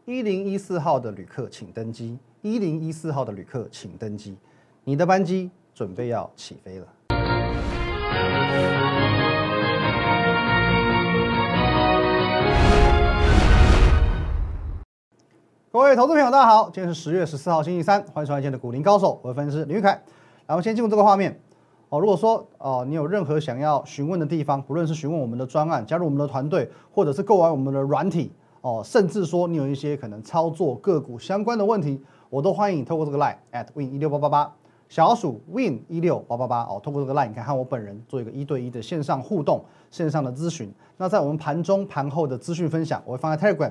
1014号的旅客请登机，1014号的旅客请登机，你的班机准备要起飞了。各位投资朋友，大家好，今天是10月14号，星期三，欢迎收看今天的股林高手，我是分析师林玉凯。来，我们先进入这个画面。如果说你有任何想要询问的地方，不论是询问我们的专案，加入我们的团队，或者是购买我们的软体，甚至说你有一些可能操作个股相关的问题，我都欢迎透过这个 line @win16888 小老鼠 win16888 透过这个 line 你可以和我本人做一个1对1的线上互动、线上的咨询。那在我们盘中盘后的资讯分享，我会放在 Telegram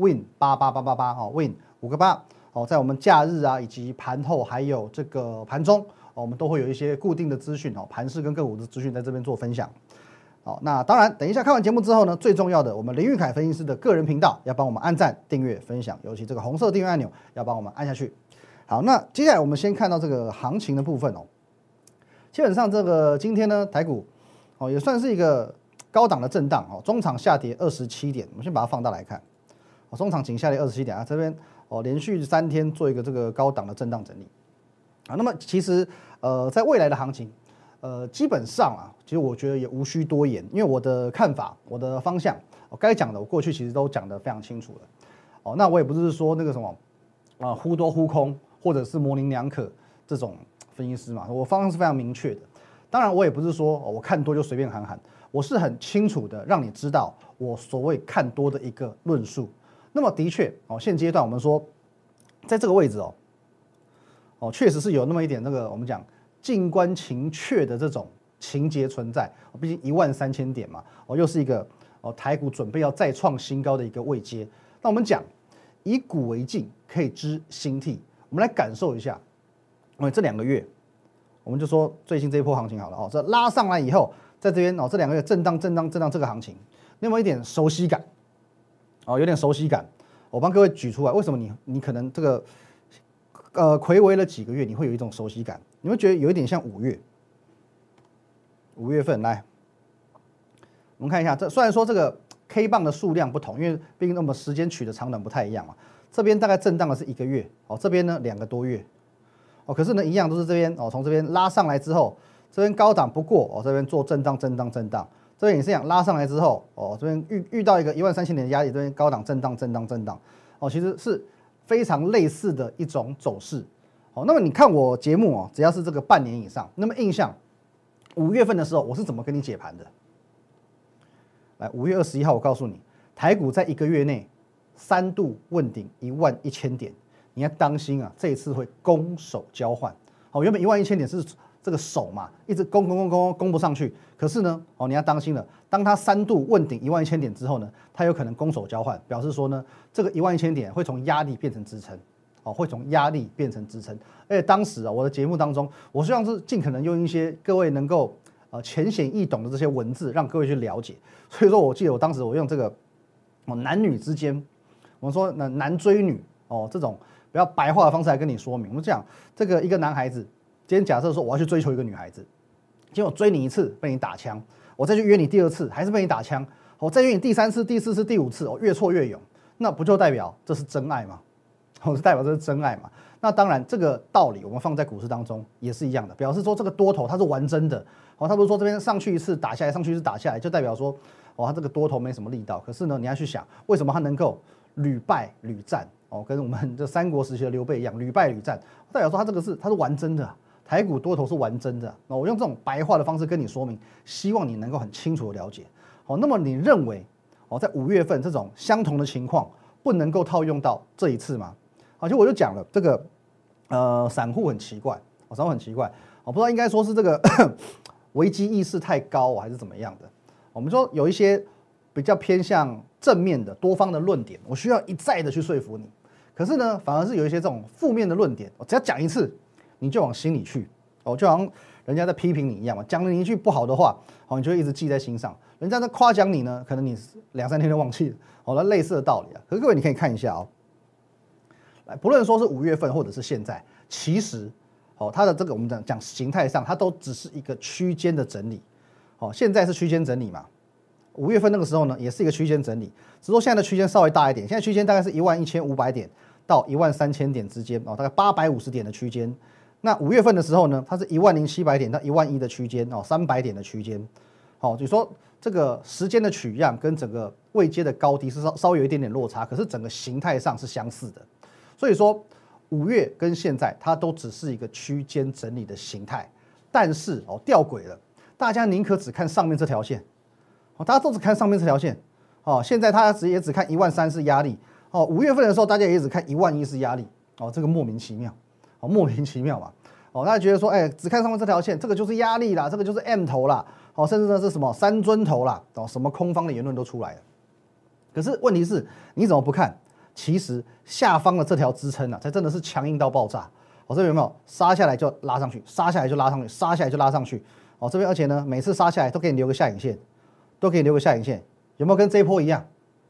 win88888 win 5个8在我们假日啊以及盘后还有这个盘中我们都会有一些固定的资讯盘势跟个股的资讯在这边做分享。那当然等一下看完节目之后呢，最重要的我们林玉凯分析师的个人频道要帮我们按赞、订阅、分享，尤其这个红色订阅按钮要帮我们按下去。好，那接下来我们先看到这个行情的部分基本上这个今天呢台股也算是一个高档的震荡中场下跌27点，我们先把它放大来看。中场仅下跌27点这边连续3天做一个这个高档的震荡整理那么其实在未来的行情基本上其实我觉得也无需多言，因为我的看法、我的方向该讲的我过去其实都讲得非常清楚了那我也不是说那个什么忽多忽空或者是模棱两可这种分析师嘛，我方向是非常明确的。当然我也不是说我看多就随便喊，我是很清楚的让你知道我所谓看多的一个论述。那么的确现阶段我们说在这个位置确实是有那么一点那个我们讲静观情却的这种情节存在毕竟13000点嘛又是一个台股准备要再创新高的一个位阶。那我们讲以古为镜可以知兴替，我们来感受一下这2个月，我们就说最近这一波行情好了这拉上来以后，在这边这2个月震荡这个行情，你有没有一点熟悉感有点熟悉感。我帮各位举出来，为什么你可能这个睽违了几个月，你会有一种熟悉感，你会觉得有一点像5月份来，我们看一下，这虽然说这个 K 棒的数量不同，因为毕竟我们时间取的长短不太一样嘛。这边大概震荡的是1个月这边呢2个多月可是呢一样都是这边从这边拉上来之后，这边高档不过这边做震荡，这边也是一样拉上来之后这边遇到一个13000点的压力，这边高档震荡其实是非常类似的一种走势那么你看我节目只要是这个半年以上，那么印象5月份的时候我是怎么跟你解盘的？来，5月21号我告诉你，台股在1个月内3度问顶11000点，你要当心这一次会攻守交换原本11000点是这个手嘛，一直攻不上去，可是呢你要当心了，当它3度问顶11000点之后呢，它有可能攻守交换，表示说呢这个11000点会从压力变成支撑会从压力变成支撑。而且当时我的节目当中，我希望是尽可能用一些各位能够浅显易懂的这些文字，让各位去了解。所以说我记得我当时我用这个男女之间，我们说男追女这种比较白话的方式来跟你说明。我们讲这个一个男孩子，今天假设说我要去追求一个女孩子，结果追你1次被你打枪，我再去约你第2次还是被你打枪，我再约你第3次、第4次、第5次，越挫越勇，那不就代表这是真爱吗？是代表这是真爱嘛？那当然这个道理我们放在股市当中也是一样的，表示说这个多头它是玩真的他不是说这边上去1次打下来，上去1次打下来，就代表说它这个多头没什么力道。可是呢你要去想，为什么它能够屡败屡战跟我们这三国时期的刘备一样屡败屡战，代表说它是玩真的台股多头是玩真的我用这种白话的方式跟你说明，希望你能够很清楚的了解那么你认为在5月份这种相同的情况不能够套用到这一次吗？其实我就讲了这个散户很奇怪不知道应该说是这个危机意识太高还是怎么样的。我们说有一些比较偏向正面的多方的论点，我需要一再的去说服你，可是呢反而是有一些这种负面的论点，我只要讲1次你就往心里去就好像人家在批评你一样嘛，讲了你一句不好的话你就会一直记在心上，人家在夸奖你呢，可能你2-3天就忘记了那类似的道理可是各位你可以看一下不论说是5月份或者是现在，其实它的这个我们讲形态上，它都只是一个区间的整理现在是区间整理嘛 5月份那个时候呢，也是一个区间整理，只是说现在的区间稍微大一点，现在区间大概是11500点到13000点之间哦，大概850点的区间。那5月份的时候呢，它是10700点到11000的区间哦，300点的区间。好，就说这个时间的取样跟整个位阶的高低是稍微有一点点落差，可是整个形态上是相似的。所以说5月跟现在它都只是一个区间整理的形态，但是哦吊诡了，大家宁可只看上面这条线，哦大家都只看上面这条线，哦现在它也只看13000是压力，哦5月份的时候大家也只看11000是压力，哦这个莫名其妙，哦莫名其妙嘛，哦大家觉得说哎只看上面这条线，这个就是压力啦，这个就是 M 头啦。哦，甚至呢是什么三尊头啦，哦，什么空方的言论都出来了。可是问题是，你怎么不看？其实下方的这条支撑啊，才真的是强硬到爆炸。哦，这边有没有杀下来就拉上去，杀下来就拉上去，杀下来就拉上去。哦，这边而且呢，每次杀下来都给你留个下影线，都给你留个下影线，有没有跟这一波一样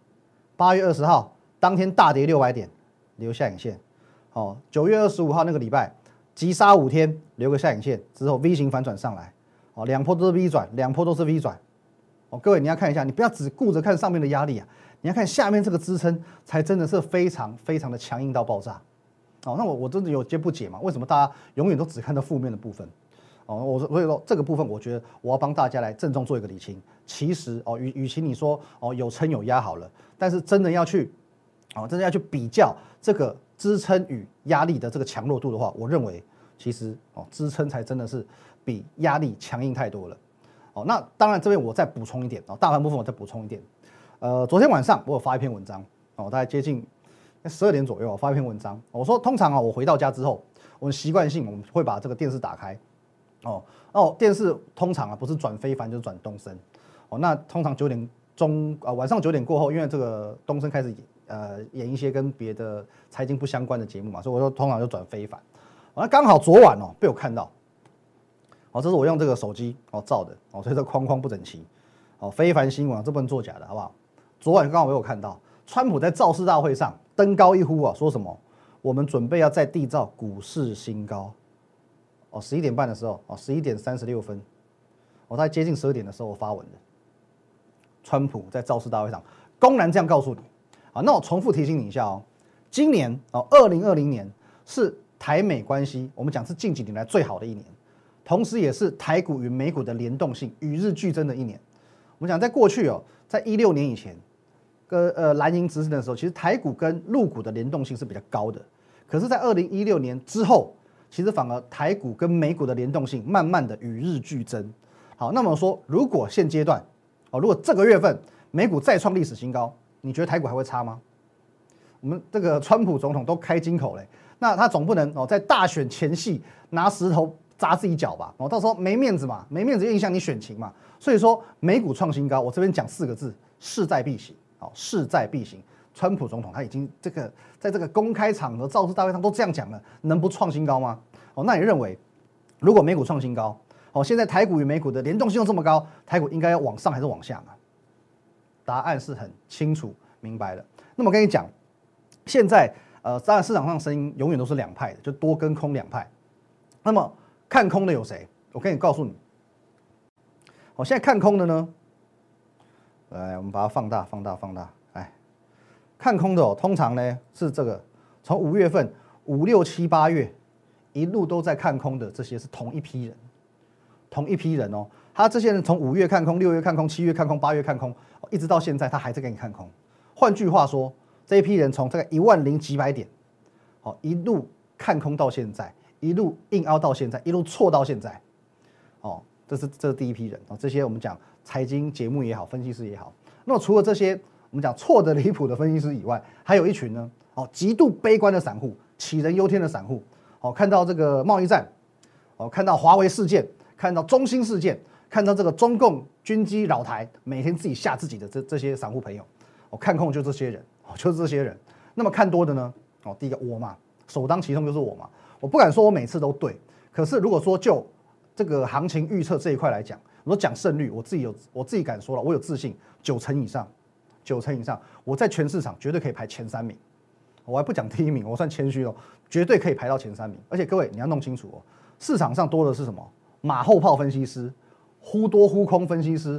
？8月20号当天大跌600点，留下影线。哦，9月25号那个礼拜急杀5天，留个下影线之后 V 型反转上来。哦，两波都是 V 转，两波都是 V 转。哦，各位你要看一下，你不要只顾着看上面的压力啊，你要看下面这个支撑，才真的是非常非常的强硬到爆炸。哦，那我真的有些不解嘛，为什么大家永远都只看到负面的部分？哦，所以说这个部分，我觉得我要帮大家来郑重做一个理清。其实哦，与其你说哦有撑有压好了，但是真的要去比较这个支撑与压力的这个强弱度的话，我认为其实哦支撑才真的是比压力强硬太多了。哦，那当然这边我再补充一点哦，大盘部分我再补充一点。昨天晚上我有发一篇文章哦，大概接近12点左右，我发一篇文章。我说通常啊，我回到家之后，我们习惯性我们会把这个电视打开。哦，电视通常啊不是转非凡就是转东森。哦，那通常晚上9点过后，因为这个东森开始演一些跟别的财经不相关的节目嘛，所以我说通常就转非凡。那刚好昨晚哦被我看到。哦，这是我用这个手机哦照的哦，所以这框框不整齐。哦，非凡新闻这不能作假的，好不好？昨晚刚好我有看到，川普在造势大会上登高一呼啊，说什么？我们准备要再缔造股市新高。哦，11点半的时候，哦，11点36分，我大概接近12点的时候我发文的。川普在造势大会上公然这样告诉你啊，那我重复提醒你一下哦，今年哦，2020年是台美关系，我们讲是近几年来最好的一年。同时，也是台股与美股的联动性与日俱增的一年。我们讲，在过去哦，在16年以前，蓝营执政的时候，其实台股跟陆股的联动性是比较高的。可是，在2016年之后，其实反而台股跟美股的联动性慢慢的与日俱增。好，那么说，如果现阶段哦，如果这个月份美股再创历史新高，你觉得台股还会差吗？我们这个川普总统都开金口嘞，那他总不能哦在大选前夕拿石头砸自己脚吧，到时候没面子嘛，没面子影响你选情嘛。所以说美股创新高，我这边讲4个字：势在必行。好，势在必行。川普总统他已经在这个公开场合、造势大会上都这样讲了，能不创新高吗？哦，那你认为如果美股创新高，哦，现在台股与美股的联动性又这么高，台股应该要往上还是往下嘛？答案是很清楚明白的。那么我跟你讲，现在当然市场上声音永远都是两派的，就多跟空两派。那么看空的有谁？我跟你告诉你，好，现在看空的呢，来，我们把它放大。来，看空的哦，通常呢是这个从5月份、5、6、7、8月一路都在看空的，这些是同一批人哦。他这些人从5月看空、6月看空、7月看空、8月看空，一直到现在他还在给你看空。换句话说，这一批人从这个10000几百点，好，一路看空到现在。一路硬凹到现在，一路错到现在，哦，这是第一批人哦。这些我们讲财经节目也好，分析师也好。那么除了这些我们讲错的离谱的分析师以外，还有一群呢，哦，极度悲观的散户，杞人忧天的散户。哦，看到这个贸易战，哦，看到华为事件，看到中兴事件，看到这个中共军机扰台，每天自己吓自己的这些散户朋友，哦，看空就这些人，哦，就是这些人。那么看多的呢？哦，第一个我嘛，首当其冲就是我嘛。我不敢说我每次都对，可是如果说就这个行情预测这一块来讲，我讲胜率，我自己敢说了，我有自信9成以上，我在全市场绝对可以排前3名，我还不讲第1名，我算谦虚了，绝对可以排到前3名。而且各位你要弄清楚哦，市场上多的是什么？马后炮分析师、忽多忽空分析师、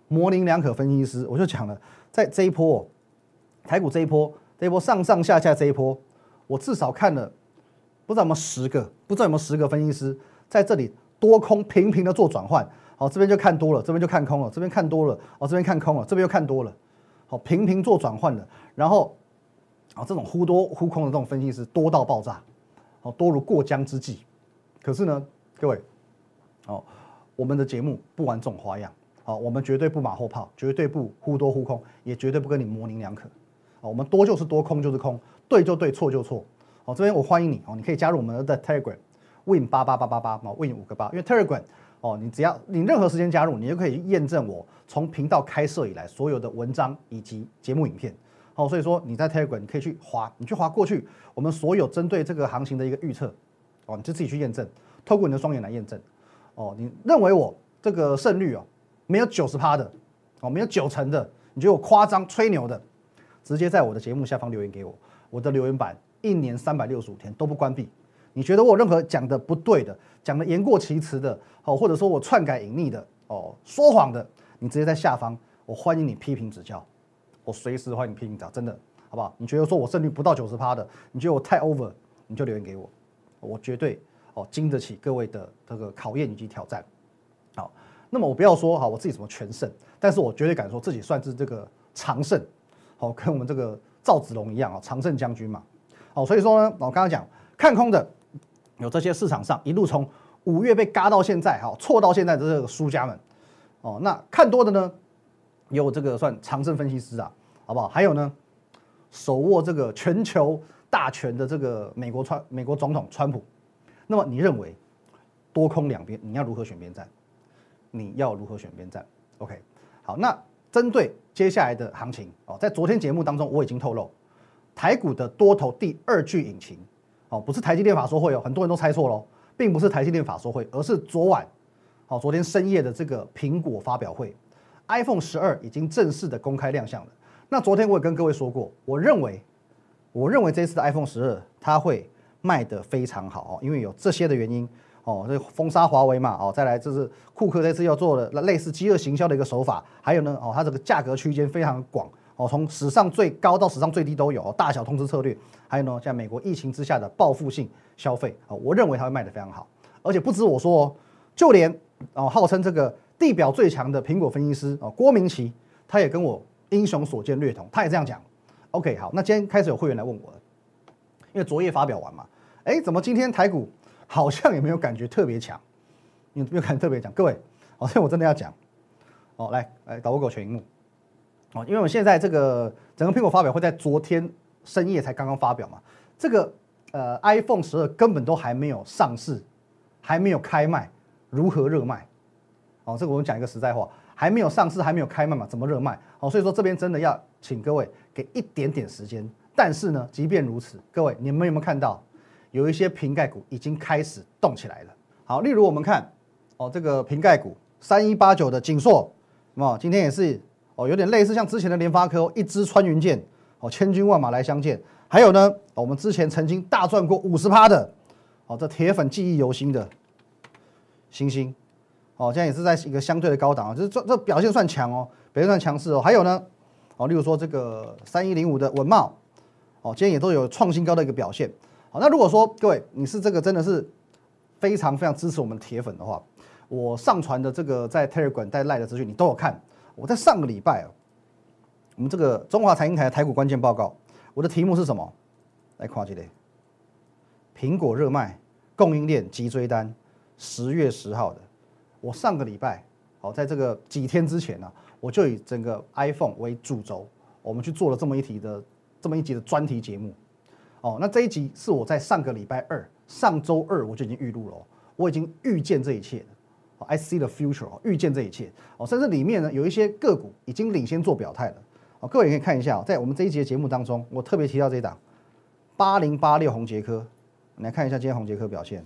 模棱两可分析师，我就讲了，在这一波台股这一波上上下下这一波，我至少看了不知道有没有10个分析师在这里多空频频的做转换。好，这边就看多了，这边就看空了，这边看多了，哦，这边看空了，这边又看多了，好，频频做转换的，然后，啊，这种忽多忽空的这种分析师多到爆炸，好，多如过江之鲫。可是呢，各位，哦，我们的节目不玩这种花样，好，我们绝对不马后炮，绝对不忽多忽空，也绝对不跟你模棱两可，啊，我们多就是多，空就是空，对就对，错就错。好，这边我欢迎你，哦，你可以加入我们的 Telegram Win888888，Win 5个8，因为 Telegram。哦，你只要你任何时间加入，你就可以验证我从频道开设以来所有的文章以及节目影片。好，所以说你在 Telegram 你可以去划过去我们所有针对这个行情的一个预测，哦，你就自己去验证，透过你的双眼来验证。哦，你认为我这个胜率哦没有90%的，哦没有90%的，你觉得我夸张吹牛的，直接在我的节目下方留言给我，我的留言板1年365天都不关闭。你觉得我有任何讲的不对的，讲的言过其实的，哦，或者说我篡改隐匿的，哦，说谎的，你直接在下方，我欢迎你批评指教，我随时欢迎你批评指教，真的，好不好？你觉得说我胜率不到90%的，你觉得我太 over，你就留言给我，我绝对经得起各位的这个考验以及挑战。好，那么我不要说我自己什么全胜，但是我绝对敢说自己算是这个常胜，好，跟我们这个赵子龙一样常胜将军嘛。好，所以说呢，我刚刚讲看空的。有这些市场上一路从5月被嘎到现在，错到现在的这个输家们，哦，那看多的呢，有这个算长胜分析师啊，好不好？还有呢，手握这个全球大权的这个美国总统川普。那么你认为多空两边你要如何选边站？你要如何选边站 ？OK， 好，那针对接下来的行情哦，在昨天节目当中我已经透露，台股的多头第2具引擎。哦，不是台积电法说会哦，很多人都猜错喽，并不是台积电法说会，而是昨天深夜的这个苹果发表会 ，iPhone 12已经正式的公开亮相了。那昨天我也跟各位说过，我认为这次的 iPhone 12它会卖得非常好哦，因为有这些的原因哦，这封杀华为嘛哦，再来就是库克这次要做的类似饥饿行销的一个手法，还有呢哦，它这个价格区间非常广。哦，从史上最高到史上最低都有，大小通吃策略，还有呢，像美国疫情之下的报复性消费，我认为它会卖得非常好，而且不止我说哦，就连号称这个地表最强的苹果分析师郭明骐，他也跟我英雄所见略同，他也这样讲。OK， 好，那今天开始有会员来问我了，因为昨夜发表完嘛，怎么今天台股好像也没有感觉特别强？你没有感觉特别强？各位，所以我真的要讲，来导播给我全荧幕。哦，因为我们现在这个整个苹果发表会在昨天深夜才刚刚发表嘛，这个iPhone 12根本都还没有上市，还没有开卖，如何热卖？哦，这个我们讲一个实在话，还没有上市，还没有开卖嘛，怎么热卖？哦，所以说这边真的要请各位给一点点时间。但是呢，即便如此，各位你们有没有看到有一些瓶盖股已经开始动起来了？好，例如我们看这个瓶盖股3189的景硕，今天也是。有点类似像之前的联发科，一支穿云箭，千军万马来相见。还有呢，我们之前曾经大赚过50%的，这铁粉记忆犹新的星星，现在也是在一个相对的高档，就是这表现算强哦，表现算强势哦。还有呢，例如说这个3105的文茂，今天也都有创新高的一个表现。好，那如果说各位你是这个真的是非常非常支持我们的铁粉的话，我上传的这个在 Telegram 在 LINE 的资讯你都有看。我在上个礼拜我们这个中华财经台的台股关键报告，我的题目是什么？来看这里，苹果热卖，供应链急追单，10月10号的。我上个礼拜在这个几天之前呢，我就以整个 iPhone 为主轴，我们去做了这么一集的专题节目。那这一集是我在上个礼拜2，上周2我就已经预录了，我已经预见这一切了。I see the future， 预见这一切甚至里面呢有一些个股已经领先做表态了各位也可以看一下在我们这一集的节目当中，我特别提到这一档8086宏捷科，你来看一下今天宏捷科表现，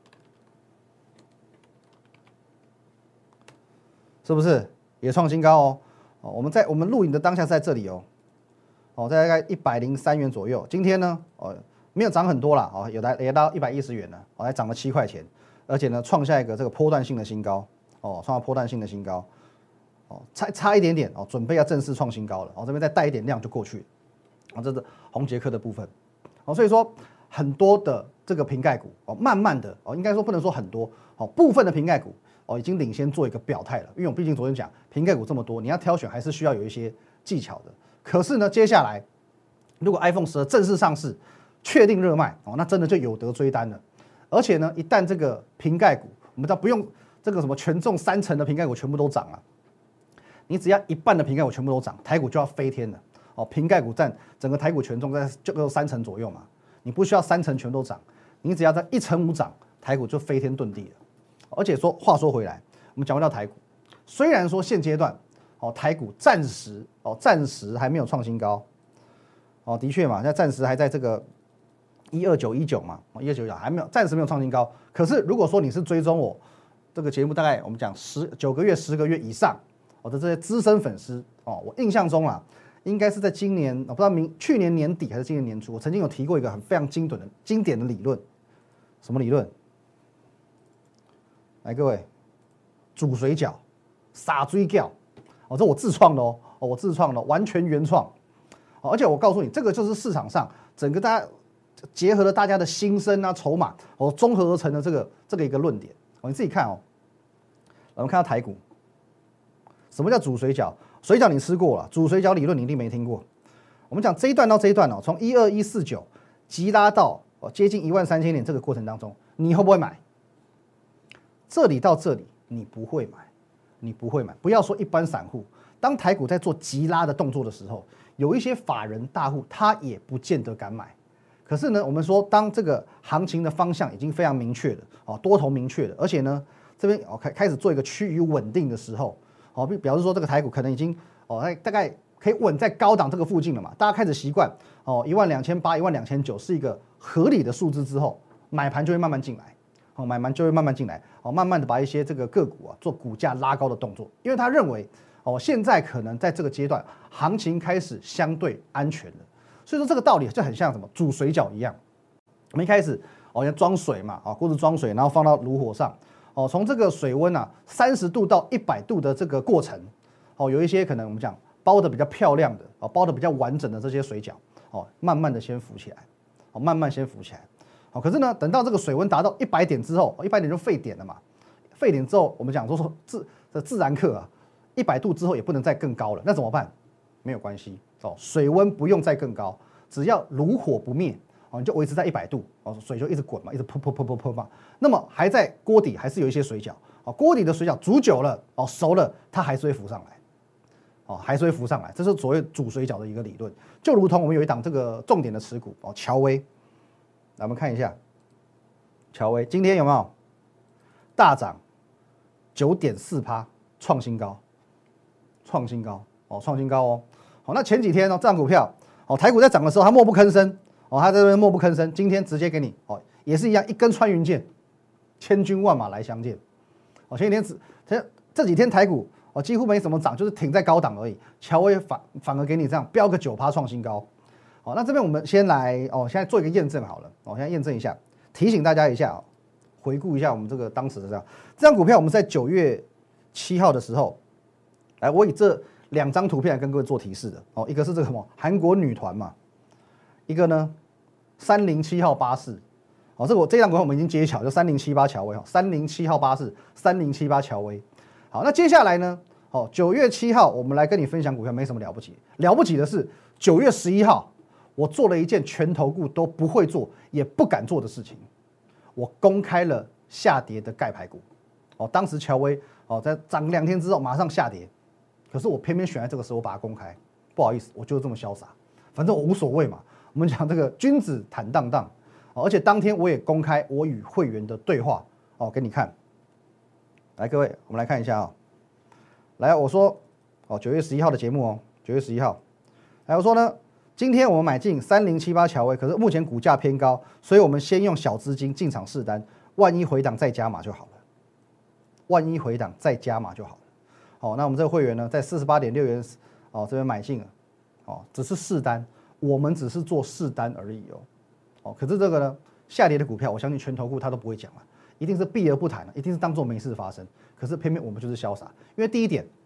是不是也创新高哦？我们录影的当下是在这里在大概103元左右，今天呢没有涨很多啦也到110元了还涨了7块钱。而且呢，创下一个这个波段性的新高创下波段性的新高哦，差一点点哦，准备要正式创新高了。哦，这边再带一点量就过去了。哦，这是宏捷科的部分。哦，所以说很多的这个瓶盖股哦，慢慢的哦，应该说不能说很多哦，部分的瓶盖股哦已经领先做一个表态了。因为我毕竟昨天讲瓶盖股这么多，你要挑选还是需要有一些技巧的。可是呢，接下来如果 iPhone 12正式上市，确定热卖哦，那真的就有得追单了。而且呢，一旦这个瓶盖股，我们知道不用这个什么权重30%的瓶盖股全部都涨了，你只要一半的瓶盖股全部都涨，台股就要飞天了。哦，瓶盖股占整个台股权重在就3成左右嘛，你不需要3成全都涨，你只要在1成5涨，台股就飞天遁地了。而且话说回来，我们讲回到台股，虽然说现阶段哦台股暂时还没有创新高，哦的确嘛，现在暂时还在这个12919嘛，12919还没有，暂时没有创新高。可是如果说你是追踪我这个节目，大概我们讲9个月、10个月以上我的这些资深粉丝哦，我印象中应该是在今年，我不知道去年年底还是今年年初，我曾经有提过一个非常经典的理论，什么理论？来，各位，煮水饺、撒水饺，哦，这我自创的哦，我自创的，完全原创。而且我告诉你，这个就是市场上整个大家结合了大家的心声啊、筹码，哦，综合而成的这个一个论点。哦，你自己看哦。我们看到台股，什么叫煮水饺？水饺你吃过了，煮水饺理论你一定没听过。我们讲这一段到这一段哦，从12149急拉到接近13000点这个过程当中，你会不会买？这里到这里你不会买，你不会买。不要说一般散户，当台股在做急拉的动作的时候，有一些法人大户他也不见得敢买。可是呢，我们说当这个行情的方向已经非常明确了哦，多头明确了，而且呢这边开始做一个趋于稳定的时候，哦，表示说这个台股可能已经大概可以稳在高档这个附近了嘛，大家开始习惯12800、12900是一个合理的数字之后，买盘就会慢慢进来。买盘就会慢慢进来，慢慢的把一些这个个股做股价拉高的动作，因为他认为现在可能在这个阶段行情开始相对安全了，所以说这个道理就很像什么煮水饺一样，我们一开始要装水嘛，锅子装水，然后放到炉火上，从这个水温30度到100度的这个过程，有一些可能我们讲包的比较漂亮的，包的比较完整的这些水饺，慢慢的先浮起来，慢慢先浮起来。可是呢，等到这个水温达到100点之后，100点就沸点了嘛。沸点之后，我们讲说自然课100度之后也不能再更高了，那怎么办？没有关系水温不用再更高，只要炉火不灭你就维持在100度水就一直滚嘛，一直噗嘛。那么还在锅底还是有一些水饺锅底的水饺煮久了熟了，它还是会浮上来还是会浮上来，这是所谓煮水饺的一个理论。就如同我们有一档这个重点的持股乔威。来，我们看一下乔威今天有没有大涨9.4%，创新高，创新高哦。好，那前几天这档股票台股在涨的时候，它默不吭声它在这边默不吭声，今天直接给你也是一样，一根穿云箭，千军万马来相见。前几天这几天台股几乎没什么涨，就是停在高档而已。乔威反而给你这样飙个9%创新高。那这边我们先来现在做一个验证好了现在验证一下，提醒大家一下回顾一下我们这个当时的这张股票，我们在9月7号的时候，来我以这2张图片来跟各位做提示的一个是这个什么韩国女团嘛，一个呢307号巴士这张股票我们已经揭晓，就3078乔威307号巴士3078乔威。好，那接下来呢9月7号我们来跟你分享股票，没什么了不起，了不起的是9月11号。我做了一件全投顾都不会做也不敢做的事情，我公开了下跌的盖牌股当时乔威在涨2天之后马上下跌，可是我偏偏选在这个时候把它公开，不好意思，我就这么潇洒，反正我无所谓嘛。我们讲这个君子坦荡荡而且当天我也公开我与会员的对话给你看。来，各位，我们来看一下来，我说9月11号的节目9月11号，来我说呢。今天我们买进3078乔威，可是目前股价偏高，所以我们先用小资金进场试单，万一回档再加码就好了。万一回档再加码就好了。那我们这个会员呢，在48.6元这边买进了只是试单，我们只是做试单而已可是这个呢，下跌的股票，我相信全投顾他都不会讲了，一定是避而不谈，一定是当做没事发生。可是偏偏我们就是潇洒，因为第一点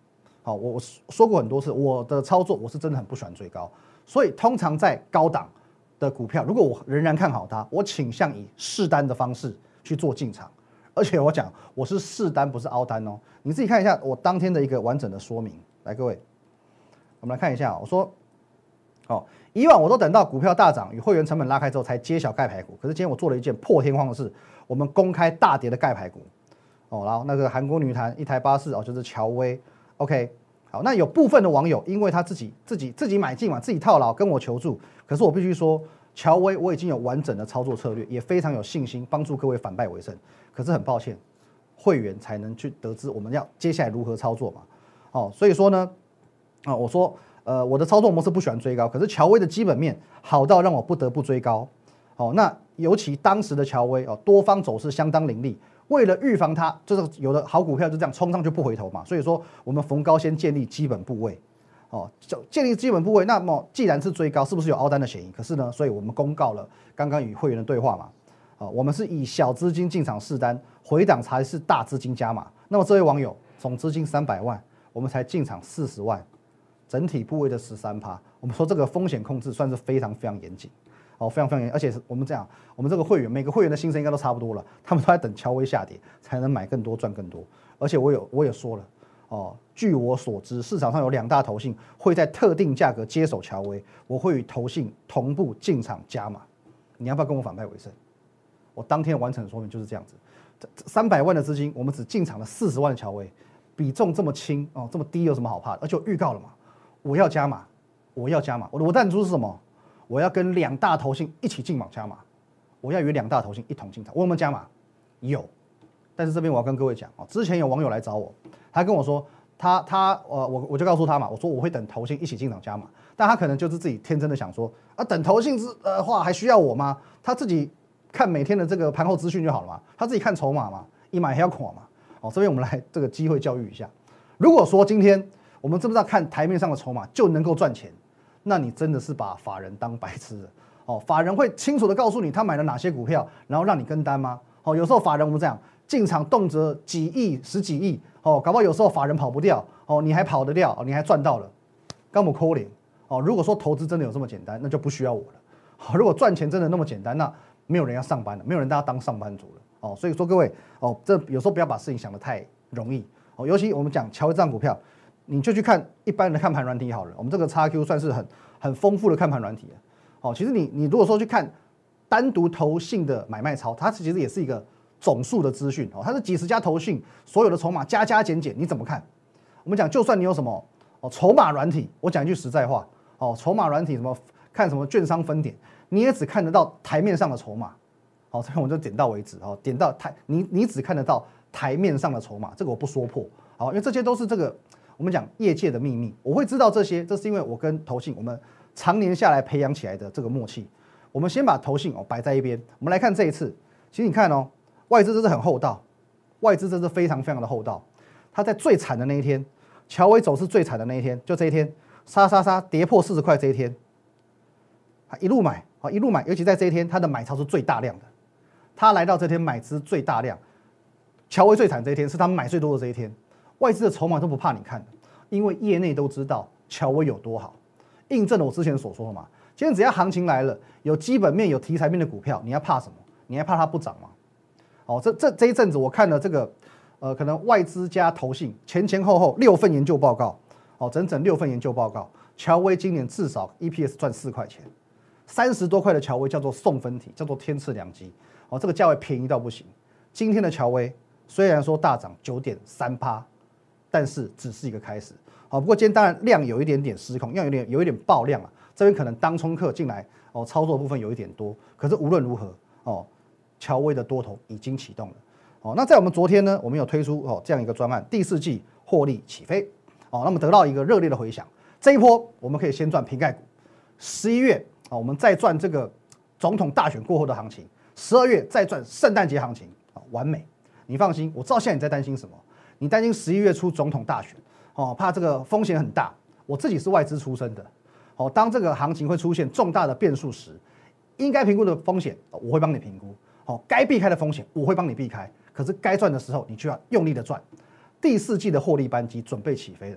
好，我说过很多次，我的操作我是真的很不喜欢追高，所以通常在高档的股票，如果我仍然看好它，我倾向以试单的方式去做进场，而且我讲我是试单不是凹单哦，你自己看一下我当天的一个完整的说明，来各位，我们来看一下，我说，以往我都等到股票大涨与会员成本拉开之后才揭晓盖牌股，可是今天我做了一件破天荒的事，我们公开大跌的盖牌股，然后那个韩国女团一台巴士就是乔威 ，OK。好，那有部分的网友因为他自己买进嘛，自己套牢跟我求助，可是我必须说，乔威我已经有完整的操作策略，也非常有信心帮助各位反败为胜。可是很抱歉，会员才能去得知我们要接下来如何操作嘛。所以说呢，我说我的操作模式不喜欢追高，可是乔威的基本面好到让我不得不追高。那尤其当时的乔威多方走势相当凌厉。为了预防它，就是有的好股票就这样冲上去不回头嘛，所以说我们逢高先建立基本部位，建立基本部位。那么既然是追高，是不是有凹单的嫌疑？可是呢，所以我们公告了刚刚与会员的对话嘛，我们是以小资金进场试单，回档才是大资金加码。那么这位网友总资金300万，我们才进场40万，整体部位的13%，我们说这个风险控制算是非常非常严谨。非常非常严，而且我们这样，我们这个会员每个会员的心声应该都差不多了，他们都在等乔威下跌才能买更多赚更多。而且我也说了，据我所知，市场上有2大投信会在特定价格接手乔威，我会与投信同步进场加码。你要不要跟我反败为胜？我当天完成的说明就是这样子，300万的资金，我们只进场了40万的乔威，比重这么轻这么低有什么好怕的？而且我预告了嘛，我要加码，我要加码，我的弹珠是什么？我要跟2大投信一起进场加码，我要与2大投信一同进场。我有没有加码？有，但是这边我要跟各位讲之前有网友来找我，他跟我说我就告诉他嘛，我说我会等投信一起进场加码，但他可能就是自己天真的想说等投信的话还需要我吗？他自己看每天的这个盘后资讯就好了嘛，他自己看筹码嘛，一买还要垮嘛。这边我们来这个机会教育一下，如果说今天我们知不知道看台面上的筹码就能够赚钱？那你真的是把法人当白痴了法人会清楚的告诉你他买了哪些股票，然后让你跟单吗？有时候法人我们这样进场动辄几亿、10几亿搞不好有时候法人跑不掉你还跑得掉你还赚到了，干不扣脸如果说投资真的有这么简单，那就不需要我了如果赚钱真的那么简单，那没有人要上班了，没有人要当上班族了所以说各位这有时候不要把事情想得太容易尤其我们讲乔威这张股票。你就去看一般的看盘软体好了，我们这个 XQ 算是很丰富的看盘软体了其实你如果说去看单独投信的买卖超，它其实也是一个总数的资讯它是几十家投信所有的筹码加加减减，你怎么看？我们讲就算你有什么筹码软体，我讲一句实在话筹码软体什么看什么券商分点，你也只看得到台面上的筹码这边我就点到为止点到你只看得到台面上的筹码，这个我不说破因为这些都是这个。我们讲业界的秘密，我会知道这些，这是因为我跟投信我们常年下来培养起来的这个默契。我们先把投信摆在一边，我们来看这一次。其实你看外资这是很厚道，外资这是非常非常的厚道。它在最惨的那一天，乔威走势最惨的那一天，就这一天，杀跌破40块这一天，一路买，尤其在这一天，它的买超是最大量的。它来到这天买资最大量，乔威最惨这一天是他们买最多的这一天。外资的筹码都不怕你看的，因为业内都知道乔威有多好，印证了我之前所说的嘛。今天只要行情来了，有基本面、有题材面的股票，你要怕什么？你还怕它不涨吗？这一阵子我看了这个，可能外资加投信前后6份研究报告，整整6份研究报告，乔威今年至少 EPS 赚4块钱，30多块的乔威叫做送分题，叫做天赐良机，这个价位便宜到不行。今天的乔威虽然说大涨9.3%。但是只是一个开始，不过今天当然量有一点点失控，有一点爆量这边可能当冲客进来操作的部分有一点多，可是无论如何乔威的多头已经启动了那在我们昨天呢，我们有推出这样一个专案，第4季获利起飞那么得到一个热烈的回响，这一波我们可以先赚瓶盖股，11月我们再赚这个总统大选过后的行情，12月再赚圣诞节行情完美。你放心，我知道现在你在担心什么。你担心11月初总统大选，怕这个风险很大。我自己是外资出身的，当这个行情会出现重大的变数时，应该评估的风险我会帮你评估，该避开的风险我会帮你避开。可是该赚的时候，你就要用力的赚。第4季的获利班机准备起飞了，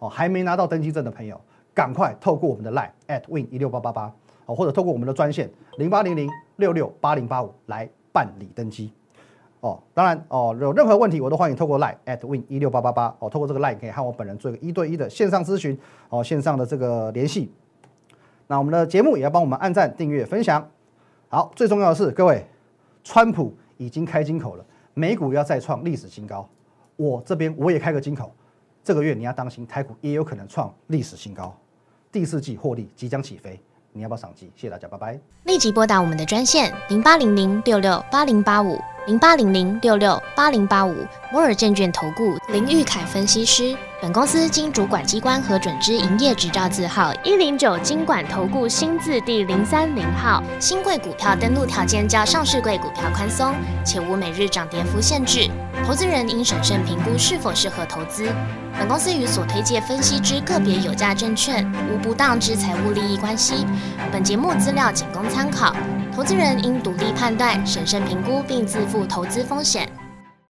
还没拿到登记证的朋友，赶快透过我们的 LINE @win16888或者透过我们的专线0800668085来办理登记。当然有任何问题我都欢迎透过 LINE @win16888透过这个 LINE 可以和我本人做一个1对1的线上咨询线上的这个联系。那我们的节目也要帮我们按赞、订阅、分享。好，最重要的是，各位，川普已经开金口了，美股要再创历史新高。我这边我也开个金口，这个月你要当心，台股也有可能创历史新高。第4季获利即将起飞，你要不要上机？谢谢大家，拜拜。 立即拨打我们的专线0800668085，0800668085，摩尔证券投顾林玉凯分析师。本公司经主管机关核准之营业执照字号109金管投顾新字第030号。新贵股票登录条件较上市贵股票宽松，且无每日涨跌幅限制。投资人应审慎评估是否适合投资。本公司与所推介分析之个别有价证券无不当之财务利益关系。本节目资料仅供参考，投资人应独立判断、审慎评估并自负投资风险。